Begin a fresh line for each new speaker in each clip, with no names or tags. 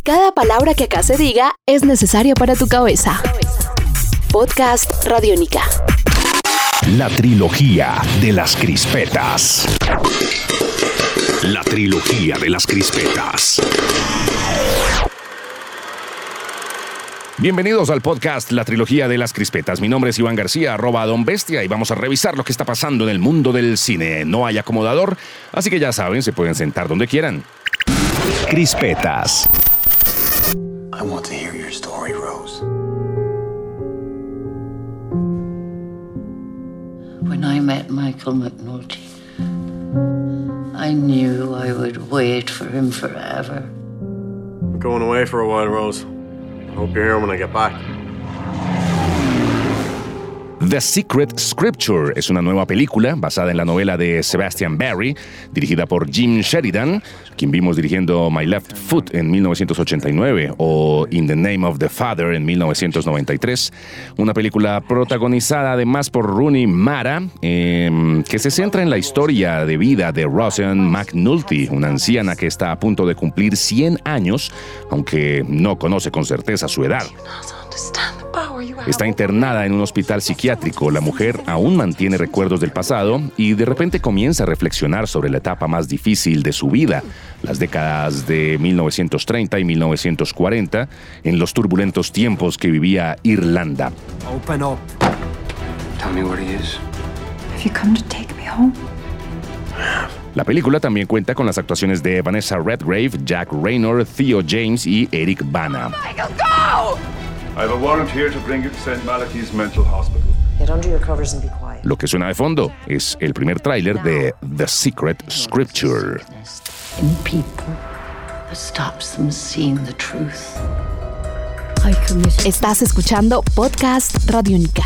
Cada palabra que acá se diga es necesaria para tu cabeza. Podcast Radiónica.
La trilogía de las crispetas. La trilogía de las crispetas. Bienvenidos al podcast La Trilogía de las Crispetas. Mi nombre es Iván García, @DonBestia, y vamos a revisar lo que está pasando en el mundo del cine. No hay acomodador, así que ya saben, se pueden sentar donde quieran. Crispetas.
I want to hear your story, Rose.
When I met Michael McNulty, I knew I would wait for him forever.
I'm going away for a while, Rose. I hope you're here when I get back.
The Secret Scripture es una nueva película basada en la novela de Sebastian Barry, dirigida por Jim Sheridan, quien vimos dirigiendo My Left Foot en 1989 o In the Name of the Father en 1993. Una película protagonizada además por Rooney Mara, que se centra en la historia de vida de Roseanne McNulty, una anciana que está a punto de cumplir 100 años, aunque no conoce con certeza su edad. Está internada en un hospital psiquiátrico. La mujer aún mantiene recuerdos del pasado y de repente comienza a reflexionar sobre la etapa más difícil de su vida, las décadas de 1930 y 1940, en los turbulentos tiempos que vivía Irlanda.
Open up. Tell me where he is.
Have you come to take me home?
La película también cuenta con las actuaciones de Vanessa Redgrave, Jack Reynor, Theo James y Eric Bana.
Michael, go!
I have a warrant here to bring you to St. Malachy's Mental Hospital.
Get under your covers and be quiet.
Lo que suena de fondo es el primer tráiler de The Secret Scripture.
In people that stops them seeing the truth.
Estás escuchando Podcast Radiónica.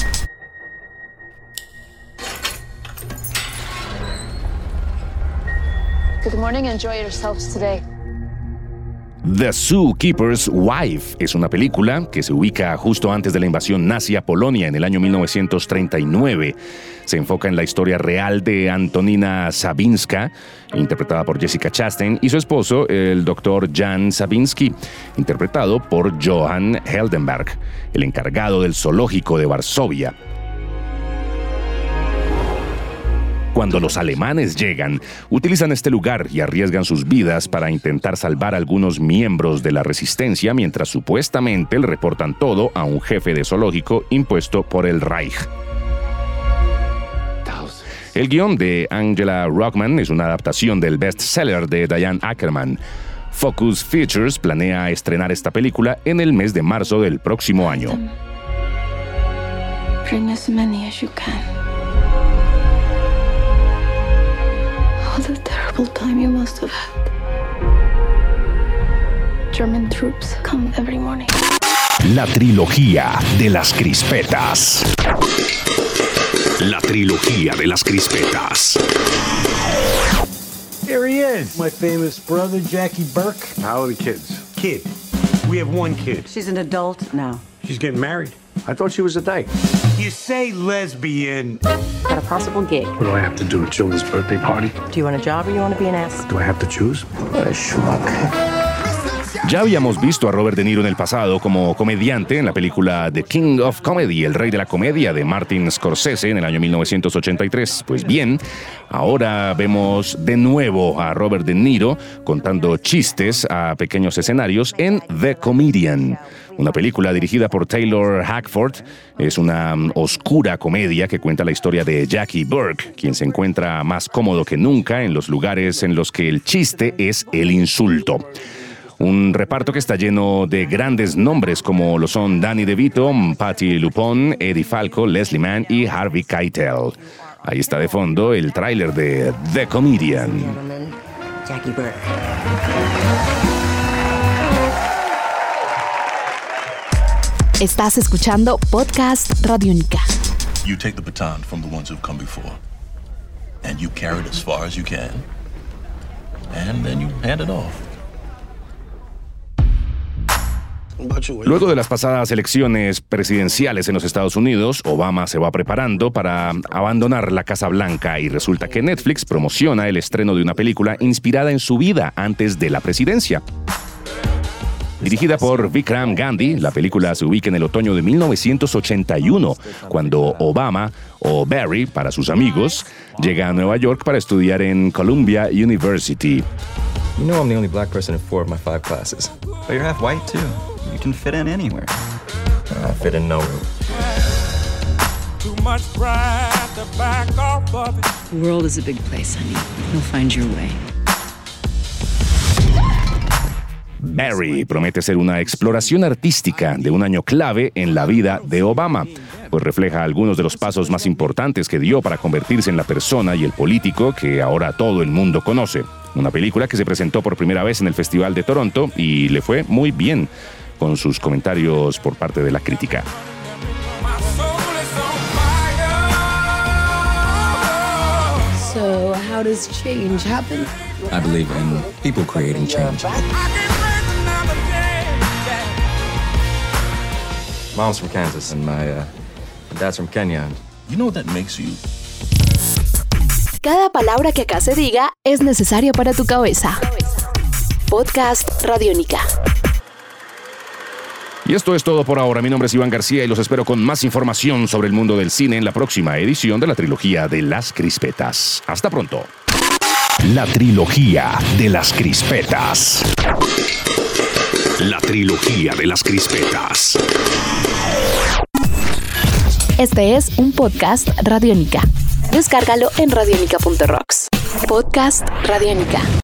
Good morning, enjoy yourselves today.
The Zookeeper's Wife es una película que se ubica justo antes de la invasión nazi a Polonia en el año 1939. Se enfoca en la historia real de Antonina Sabinska, interpretada por Jessica Chastain, y su esposo, el Dr. Jan Sabinski, interpretado por Johan Heldenberg, el encargado del zoológico de Varsovia. Cuando los alemanes llegan, utilizan este lugar y arriesgan sus vidas para intentar salvar a algunos miembros de la resistencia, mientras supuestamente le reportan todo a un jefe de zoológico impuesto por el Reich. El guión de Angela Rockman es una adaptación del bestseller de Diane Ackerman. Focus Features planea estrenar esta película en el mes de marzo del próximo año.
Bring as many as you can. Oh, the terrible time you must have had. German troops come every morning.
La trilogía de las crispetas. La trilogía de las crispetas.
Here he is, my famous brother, Jackie Burke.
How are the kids?
Kid. We have one kid.
She's an adult now.
She's getting married.
I thought she was a dyke.
You say lesbian.
Got a possible gig.
What do I have to do at Julie's birthday party?
Do you want a job or you want to be an ass?
Do I have to choose? What a schmuck.
Ya habíamos visto a Robert De Niro en el pasado como comediante en la película The King of Comedy, El Rey de la Comedia, de Martin Scorsese en el año 1983. Pues bien, ahora vemos de nuevo a Robert De Niro contando chistes a pequeños escenarios en The Comedian, una película dirigida por Taylor Hackford. Es una oscura comedia que cuenta la historia de Jackie Burke, quien se encuentra más cómodo que nunca en los lugares en los que el chiste es el insulto. Un reparto que está lleno de grandes nombres como lo son Danny DeVito, Patti LuPone, Eddie Falco, Leslie Mann y Harvey Keitel. Ahí está de fondo el tráiler de The Comedian.
Jackie Burke.
Estás escuchando Podcast Radiónica.
You take the baton from the ones who've come before, and you carry it as far as you can, and then you hand it off.
Luego de las pasadas elecciones presidenciales en los Estados Unidos, Obama se va preparando para abandonar la Casa Blanca y resulta que Netflix promociona el estreno de una película inspirada en su vida antes de la presidencia. Dirigida por Vikram Gandhi, la película se ubica en el otoño de 1981, cuando Obama, o Barry para sus amigos, llega a Nueva York para estudiar en Columbia University.
You know I'm the only black person in 4 of my 5 classes.
But you're half white, too. You can fit in anywhere.
I fit in no room.
Too much pride to back off of it.
The world is a big place, honey. You'll find your way.
Barry promete ser una exploración artística de un año clave en la vida de Obama, pues refleja algunos de los pasos más importantes que dio para convertirse en la persona y el político que ahora todo el mundo conoce. Una película que se presentó por primera vez en el Festival de Toronto y le fue muy bien, con sus comentarios por parte de la crítica.
So, how does change happen?
I believe in people creating change. Mom's from Kansas and my dad's from Kenya.
You know what that makes you?
Cada palabra que acá se diga es necesaria para tu cabeza. Podcast Radiónica.
Y esto es todo por ahora. Mi nombre es Iván García y los espero con más información sobre el mundo del cine en la próxima edición de la trilogía de Las Crispetas. Hasta pronto.
La trilogía de las crispetas. La trilogía de las crispetas.
Este es un podcast Radiónica. Descárgalo en radionica.rocks. Podcast Radiónica.